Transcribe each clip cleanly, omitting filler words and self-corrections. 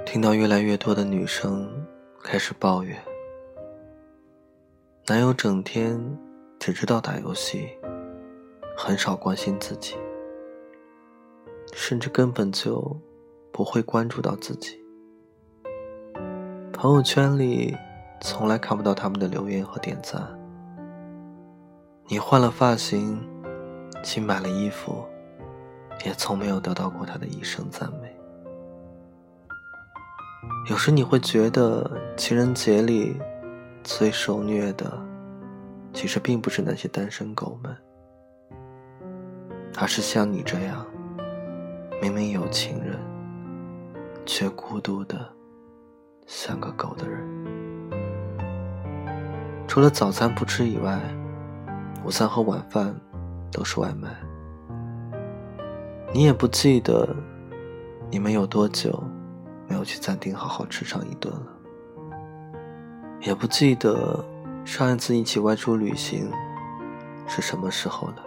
听到越来越多的女生开始抱怨，男友整天只知道打游戏，很少关心自己，甚至根本就不会关注到自己。朋友圈里从来看不到他们的留言和点赞。你换了发型，新买了衣服，也从没有得到过他的一声赞美。有时你会觉得情人节里最受虐的其实并不是那些单身狗们，而是像你这样明明有情人却孤独的像个狗的人。除了早餐不吃以外，午餐和晚饭都是外卖。你也不记得你们有多久没有去餐厅好好吃上一顿了，也不记得上一次一起外出旅行是什么时候了。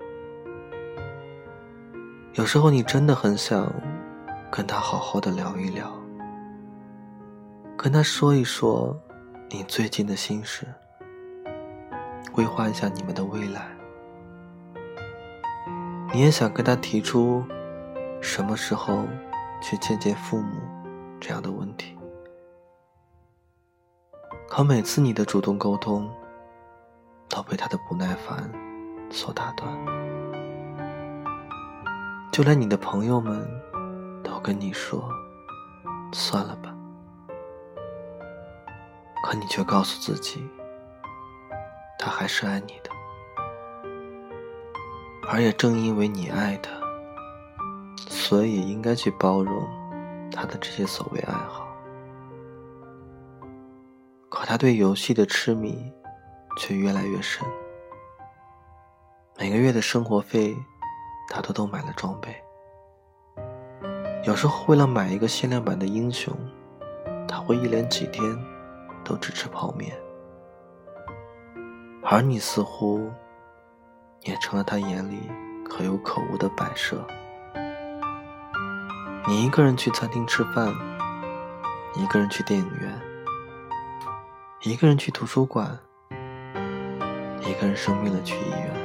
有时候你真的很想跟他好好的聊一聊，跟他说一说你最近的心事，规划一下你们的未来。你也想跟他提出什么时候去见见父母这样的问题，可每次你的主动沟通都被他的不耐烦所打断。就连你的朋友们都跟你说算了吧，可你却告诉自己他还是爱你的，而也正因为你爱他，所以也应该去包容他的这些所谓爱好。可他对游戏的痴迷却越来越深，每个月的生活费他都买了装备，有时候为了买一个限量版的英雄，他会一连几天都只吃泡面。而你似乎也成了他眼里可有可无的摆设。你一个人去餐厅吃饭，一个人去电影院，一个人去图书馆，一个人生病了去医院。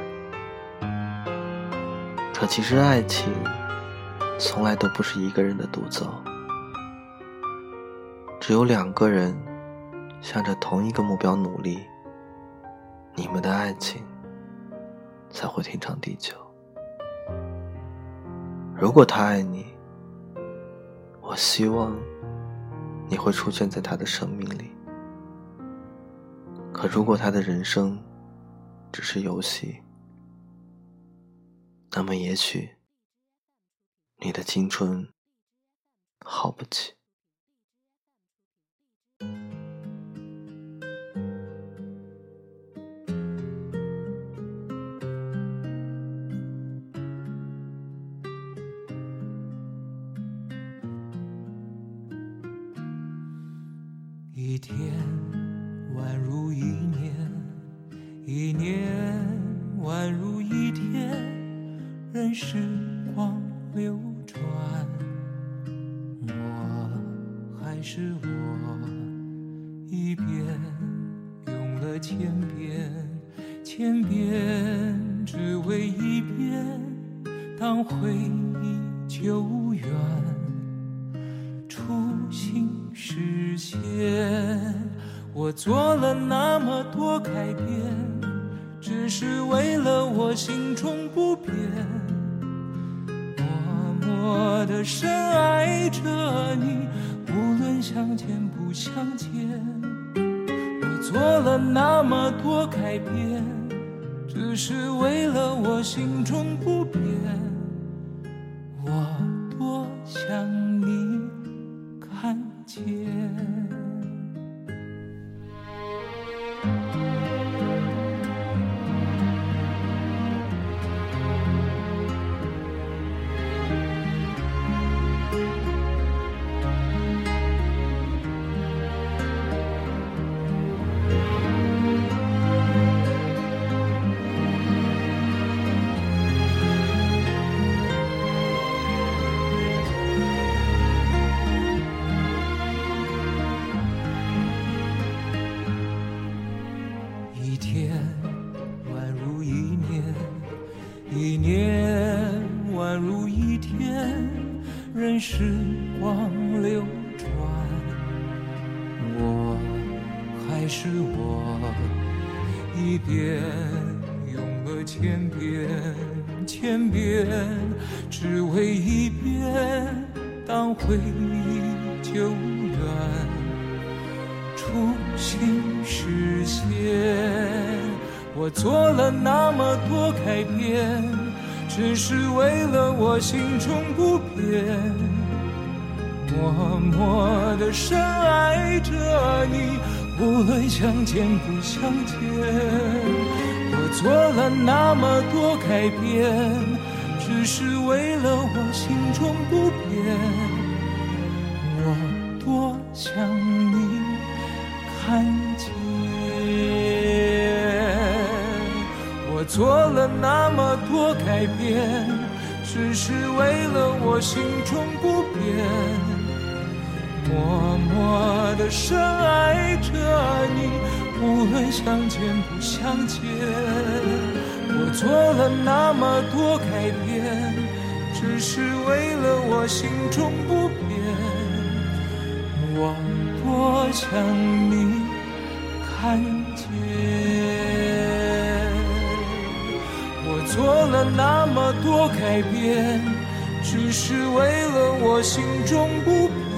可其实爱情从来都不是一个人的独奏，只有两个人向着同一个目标努力，你们的爱情才会天长地久。如果他爱你，我希望你会出现在他的生命里。可如果他的人生只是游戏，那么也许你的青春耗不起。 一天宛如一年，一年宛如一天，任时光流转，我还是我，一遍用了千遍，千遍只为一遍，当回忆久远，初心实现。我做了那么多改变，只是为了我心中不变，默默地深爱着你，无论相见不相见。我做了那么多改变，只是为了我心中不变，我多想你看见。 一年宛如一天，任时光流转，我还是我，一遍用了千遍，千遍只为一遍，当回忆久远，初心实现。我做了那么多改变，只是为了我心中不变，默默地深爱着你，无论相见不相见。我做了那么多改变，只是为了我心中不变，我多想你看见。我做了那么多改变，只是为了我心中不变，默默地深爱着你，无论相见不相见。我做了那么多改变，只是为了我心中不变，我多想你看见。我做了那么多改变，只是为了我心中不变，